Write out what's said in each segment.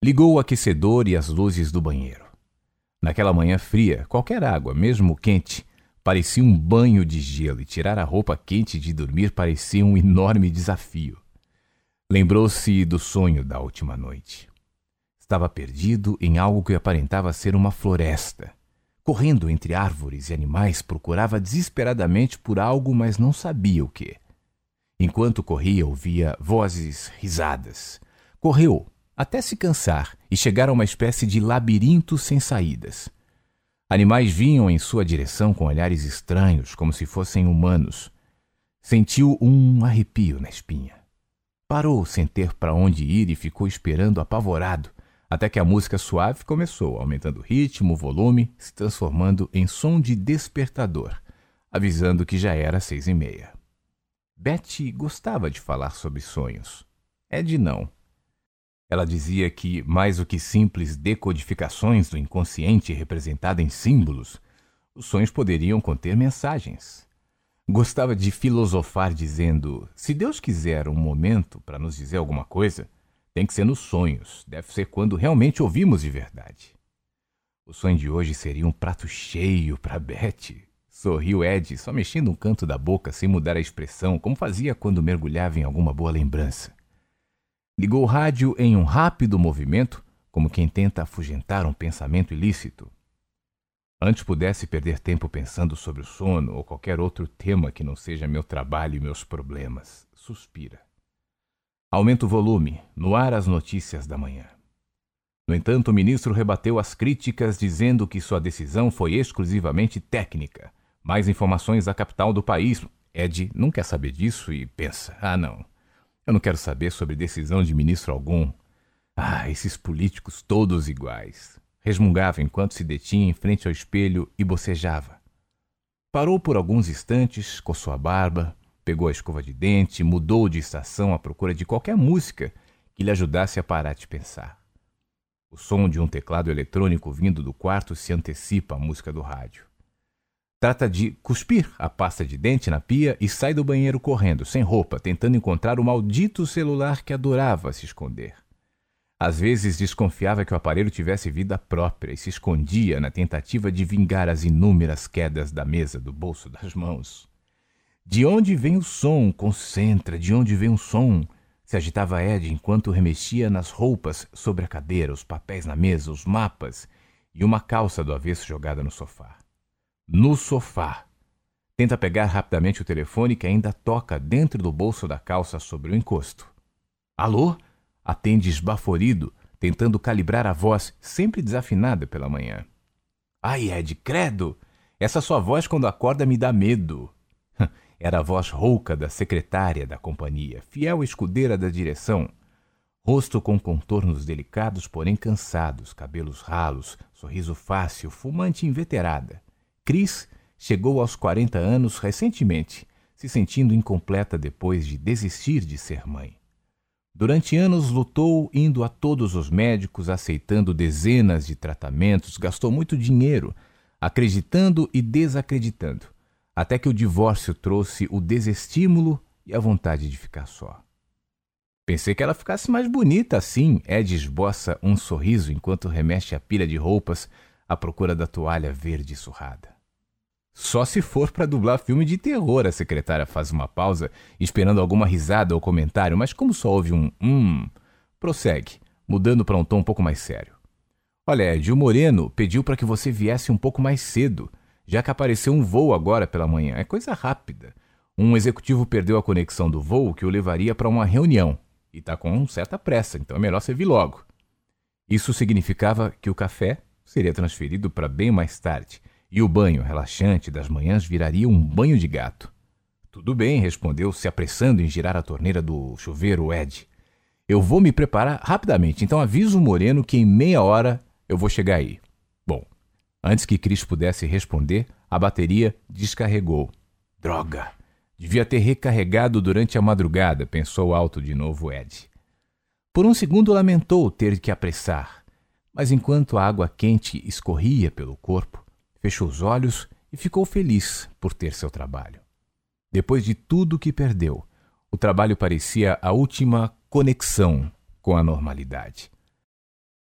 Ligou o aquecedor e as luzes do banheiro. Naquela manhã fria, qualquer água, mesmo quente, parecia um banho de gelo e tirar a roupa quente de dormir parecia um enorme desafio. Lembrou-se do sonho da última noite. Estava perdido em algo que aparentava ser uma floresta. Correndo entre árvores e animais, procurava desesperadamente por algo, mas não sabia o que. Enquanto corria, ouvia vozes, risadas. Correu até se cansar e chegar a uma espécie de labirinto sem saídas. Animais vinham em sua direção com olhares estranhos, como se fossem humanos. Sentiu um arrepio na espinha. Parou sem ter para onde ir e ficou esperando apavorado, até que a música suave começou, aumentando o ritmo, o volume, se transformando em som de despertador, avisando que já era 6:30. Betty gostava de falar sobre sonhos. Ed não. Ela dizia que, mais do que simples decodificações do inconsciente representado em símbolos, os sonhos poderiam conter mensagens. Gostava de filosofar dizendo, se Deus quiser um momento para nos dizer alguma coisa, tem que ser nos sonhos, deve ser quando realmente ouvimos de verdade. O sonho de hoje seria um prato cheio para Betty. Sorriu Ed, só mexendo um canto da boca sem mudar a expressão, como fazia quando mergulhava em alguma boa lembrança. Ligou o rádio em um rápido movimento, como quem tenta afugentar um pensamento ilícito. Antes pudesse perder tempo pensando sobre o sono ou qualquer outro tema que não seja meu trabalho e meus problemas, suspira. Aumenta o volume, no ar as notícias da manhã. No entanto, o ministro rebateu as críticas dizendo que sua decisão foi exclusivamente técnica. Mais informações da capital do país. Ed não quer saber disso e pensa, não, eu não quero saber sobre decisão de ministro algum. Esses políticos todos iguais. Resmungava enquanto se detinha em frente ao espelho e bocejava. Parou por alguns instantes, coçou a barba, pegou a escova de dente, mudou de estação à procura de qualquer música que lhe ajudasse a parar de pensar. O som de um teclado eletrônico vindo do quarto se antecipa à música do rádio. Trata de cuspir a pasta de dente na pia e sai do banheiro correndo, sem roupa, tentando encontrar o maldito celular que adorava se esconder. Às vezes desconfiava que o aparelho tivesse vida própria e se escondia na tentativa de vingar as inúmeras quedas da mesa do bolso das mãos. De onde vem o som? Concentra, de onde vem o som? Se agitava Ed enquanto remexia nas roupas sobre a cadeira, os papéis na mesa, os mapas e uma calça do avesso jogada no sofá. No sofá. Tenta pegar rapidamente o telefone que ainda toca dentro do bolso da calça sobre o encosto. Alô? Atende esbaforido, tentando calibrar a voz, sempre desafinada pela manhã. Ai, Ed, credo! Essa sua voz quando acorda me dá medo. Era a voz rouca da secretária da companhia, fiel escudeira da direção. Rosto com contornos delicados, porém cansados, cabelos ralos, sorriso fácil, fumante inveterada. Cris chegou aos 40 anos recentemente, se sentindo incompleta depois de desistir de ser mãe. Durante anos lutou indo a todos os médicos, aceitando dezenas de tratamentos, gastou muito dinheiro, acreditando e desacreditando, até que o divórcio trouxe o desestímulo e a vontade de ficar só. Pensei que ela ficasse mais bonita assim, Ed esboça um sorriso enquanto remexe a pilha de roupas à procura da toalha verde surrada. Só se for para dublar filme de terror, a secretária faz uma pausa, esperando alguma risada ou comentário, mas como só houve prossegue, mudando para um tom um pouco mais sério. Olha, Ed, o Moreno pediu para que você viesse um pouco mais cedo, já que apareceu um voo agora pela manhã. É coisa rápida. Um executivo perdeu a conexão do voo que o levaria para uma reunião, e está com certa pressa, então é melhor você vir logo. Isso significava que o café seria transferido para bem mais tarde, e o banho relaxante das manhãs viraria um banho de gato. Tudo bem, respondeu, se apressando em girar a torneira do chuveiro Ed. Eu vou me preparar rapidamente, então avisa o Moreno que em meia hora eu vou chegar aí. Bom, antes que Cris pudesse responder, a bateria descarregou. Droga! Devia ter recarregado durante a madrugada, pensou alto de novo Ed. Por um segundo lamentou ter que apressar, mas enquanto a água quente escorria pelo corpo, fechou os olhos e ficou feliz por ter seu trabalho. Depois de tudo que perdeu, o trabalho parecia a última conexão com a normalidade.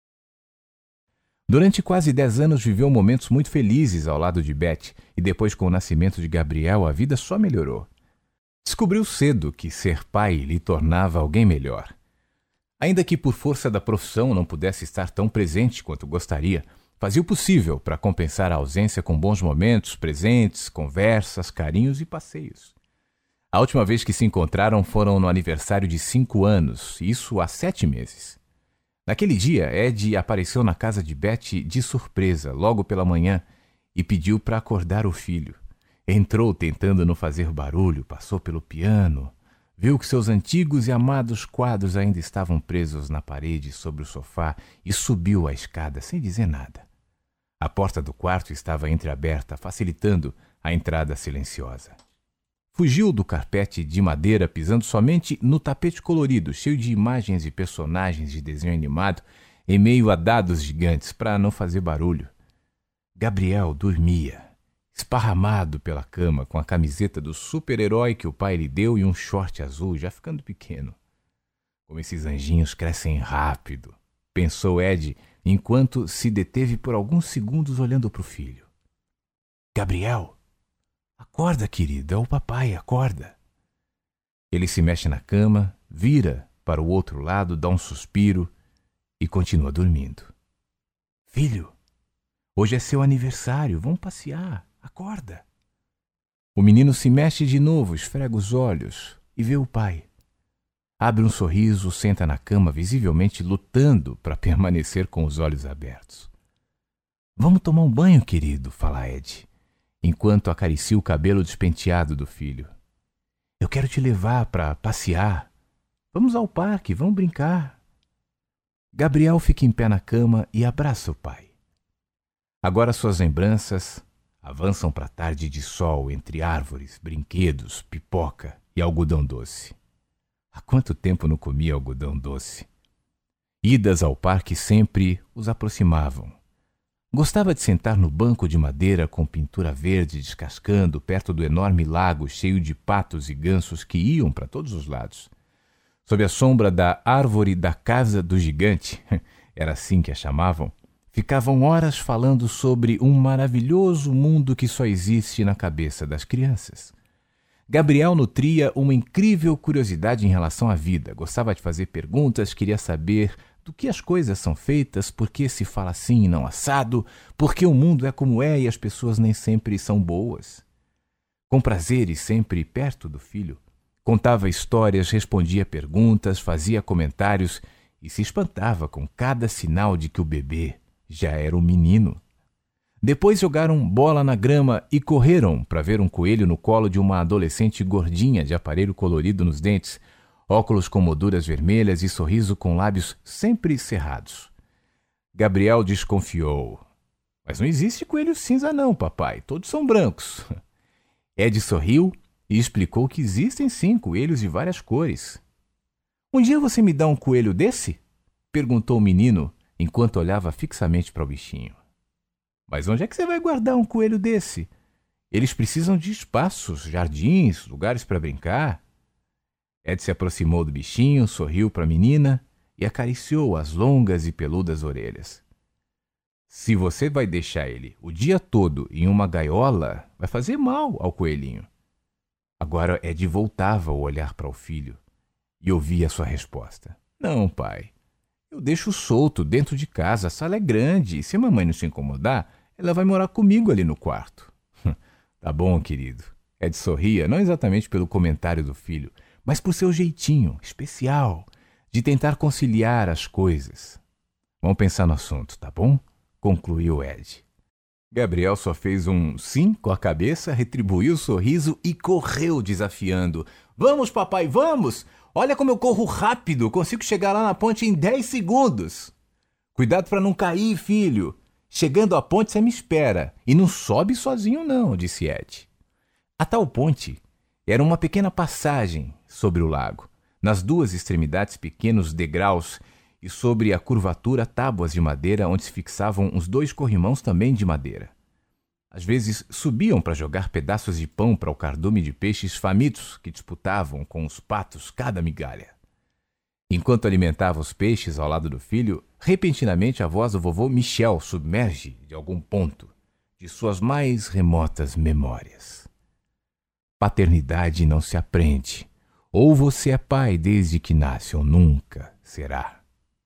Durante quase 10 anos viveu momentos muito felizes ao lado de Beth, e depois, com o nascimento de Gabriel, a vida só melhorou. Descobriu cedo que ser pai lhe tornava alguém melhor. Ainda que por força da profissão não pudesse estar tão presente quanto gostaria, fazia o possível para compensar a ausência com bons momentos, presentes, conversas, carinhos e passeios. A última vez que se encontraram foram no aniversário de 5 anos, isso há 7 meses. Naquele dia, Ed apareceu na casa de Beth de surpresa, logo pela manhã, e pediu para acordar o filho. Entrou tentando não fazer barulho, passou pelo piano, viu que seus antigos e amados quadros ainda estavam presos na parede sobre o sofá e subiu a escada sem dizer nada. A porta do quarto estava entreaberta, facilitando a entrada silenciosa. Fugiu do carpete de madeira, pisando somente no tapete colorido, cheio de imagens e personagens de desenho animado, em meio a dados gigantes, para não fazer barulho. Gabriel dormia, esparramado pela cama, com a camiseta do super-herói que o pai lhe deu e um short azul, já ficando pequeno. Como esses anjinhos crescem rápido, pensou Ed, enquanto se deteve por alguns segundos olhando para o filho. Gabriel! Acorda, querido, é o papai, acorda. Ele se mexe na cama, vira para o outro lado, dá um suspiro e continua dormindo. Filho, hoje é seu aniversário, vamos passear, acorda. O menino se mexe de novo, esfrega os olhos e vê o pai. Abre um sorriso, senta na cama, visivelmente lutando para permanecer com os olhos abertos. Vamos tomar um banho, querido, fala Ed, enquanto acaricia o cabelo despenteado do filho. Eu quero te levar para passear. Vamos ao parque, vamos brincar. Gabriel fica em pé na cama e abraça o pai. Agora suas lembranças avançam para a tarde de sol entre árvores, brinquedos, pipoca e algodão doce. Há quanto tempo não comia algodão doce? Idas ao parque sempre os aproximavam. Gostava de sentar no banco de madeira com pintura verde descascando perto do enorme lago cheio de patos e gansos que iam para todos os lados. Sob a sombra da árvore da casa do gigante, era assim que a chamavam, ficavam horas falando sobre um maravilhoso mundo que só existe na cabeça das crianças. Gabriel nutria uma incrível curiosidade em relação à vida, gostava de fazer perguntas, queria saber do que as coisas são feitas, por que se fala assim e não assado, por que o mundo é como é e as pessoas nem sempre são boas. Com prazer e sempre perto do filho, contava histórias, respondia perguntas, fazia comentários e se espantava com cada sinal de que o bebê já era um menino. Depois jogaram bola na grama e correram para ver um coelho no colo de uma adolescente gordinha de aparelho colorido nos dentes, óculos com molduras vermelhas e sorriso com lábios sempre cerrados. Gabriel desconfiou. Mas não existe coelho cinza não, papai. Todos são brancos. Ed sorriu e explicou que existem sim coelhos de várias cores. Um dia você me dá um coelho desse? Perguntou o menino, enquanto olhava fixamente para o bichinho. Mas onde é que você vai guardar um coelho desse? Eles precisam de espaços, jardins, lugares para brincar. Ed se aproximou do bichinho, sorriu para a menina e acariciou as longas e peludas orelhas. Se você vai deixar ele o dia todo em uma gaiola, vai fazer mal ao coelhinho. Agora Ed voltava o olhar para o filho e ouvia sua resposta. Não, pai. Eu deixo solto dentro de casa, a sala é grande e se a mamãe não se incomodar, ela vai morar comigo ali no quarto. Tá bom, querido. Ed sorria, não exatamente pelo comentário do filho, mas por seu jeitinho especial de tentar conciliar as coisas. Vamos pensar no assunto, tá bom? Concluiu Ed. Gabriel só fez um sim com a cabeça, retribuiu o sorriso e correu desafiando. Vamos, papai, vamos! Olha como eu corro rápido, consigo chegar lá na ponte em 10 segundos. Cuidado para não cair, filho. Chegando à ponte você me espera. E não sobe sozinho não, disse Ed. A tal ponte era uma pequena passagem sobre o lago. Nas duas extremidades pequenos degraus e sobre a curvatura tábuas de madeira onde se fixavam os 2 corrimãos também de madeira. Às vezes subiam para jogar pedaços de pão para o cardume de peixes famintos que disputavam com os patos cada migalha. Enquanto alimentava os peixes ao lado do filho, repentinamente a voz do vovô Michel submerge de algum ponto de suas mais remotas memórias. Paternidade não se aprende. Ou você é pai desde que nasce ou nunca será.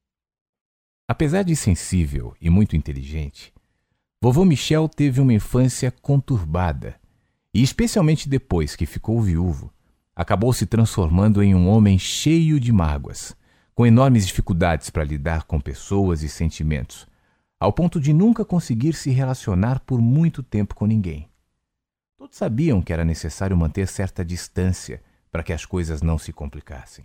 Apesar de sensível e muito inteligente, vovô Michel teve uma infância conturbada e, especialmente depois que ficou viúvo, acabou se transformando em um homem cheio de mágoas, com enormes dificuldades para lidar com pessoas e sentimentos, ao ponto de nunca conseguir se relacionar por muito tempo com ninguém. Todos sabiam que era necessário manter certa distância para que as coisas não se complicassem.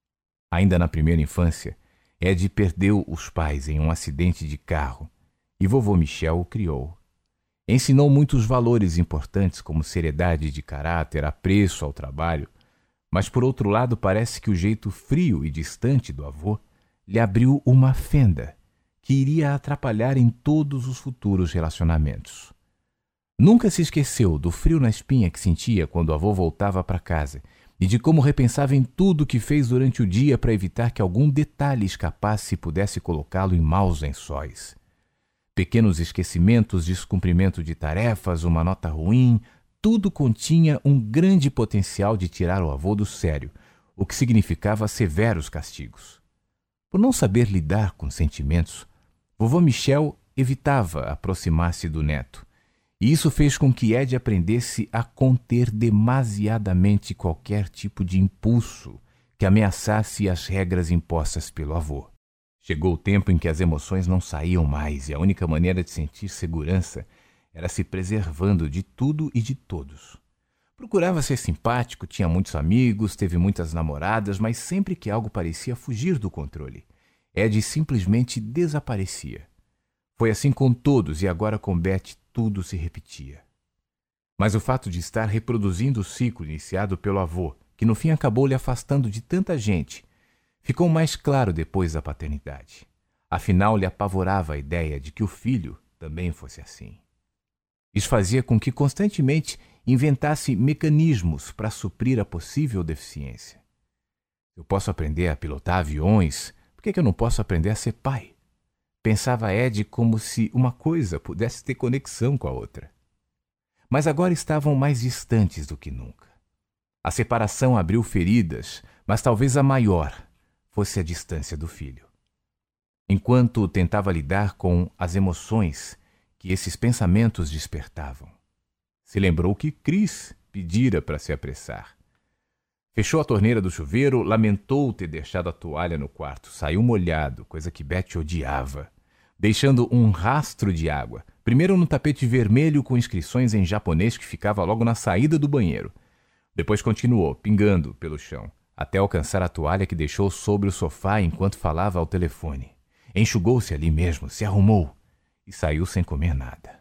Ainda na primeira infância, Ed perdeu os pais em um acidente de carro e vovô Michel o criou. Ensinou muitos valores importantes como seriedade de caráter, apreço ao trabalho, mas por outro lado parece que o jeito frio e distante do avô lhe abriu uma fenda que iria atrapalhar em todos os futuros relacionamentos. Nunca se esqueceu do frio na espinha que sentia quando o avô voltava para casa e de como repensava em tudo que fez durante o dia para evitar que algum detalhe escapasse e pudesse colocá-lo em maus lençóis. Pequenos esquecimentos, descumprimento de tarefas, uma nota ruim, tudo continha um grande potencial de tirar o avô do sério, o que significava severos castigos. Por não saber lidar com sentimentos, vovô Michel evitava aproximar-se do neto, e isso fez com que Ed aprendesse a conter demasiadamente qualquer tipo de impulso que ameaçasse as regras impostas pelo avô. Chegou o tempo em que as emoções não saíam mais e a única maneira de sentir segurança era se preservando de tudo e de todos. Procurava ser simpático, tinha muitos amigos, teve muitas namoradas, mas sempre que algo parecia fugir do controle, Ed simplesmente desaparecia. Foi assim com todos e agora com Beth tudo se repetia. Mas o fato de estar reproduzindo o ciclo iniciado pelo avô, que no fim acabou lhe afastando de tanta gente, ficou mais claro depois da paternidade. Afinal, lhe apavorava a ideia de que o filho também fosse assim. Isso fazia com que constantemente inventasse mecanismos para suprir a possível deficiência. Eu posso aprender a pilotar aviões, por que eu não posso aprender a ser pai? Pensava Ed como se uma coisa pudesse ter conexão com a outra. Mas agora estavam mais distantes do que nunca. A separação abriu feridas, mas talvez a maior fosse a distância do filho. Enquanto tentava lidar com as emoções que esses pensamentos despertavam, se lembrou que Chris pedira para se apressar. Fechou a torneira do chuveiro, lamentou ter deixado a toalha no quarto, saiu molhado, coisa que Beth odiava, deixando um rastro de água, primeiro no tapete vermelho com inscrições em japonês que ficava logo na saída do banheiro. Depois continuou, pingando pelo chão, até alcançar a toalha que deixou sobre o sofá enquanto falava ao telefone. Enxugou-se ali mesmo, se arrumou e saiu sem comer nada.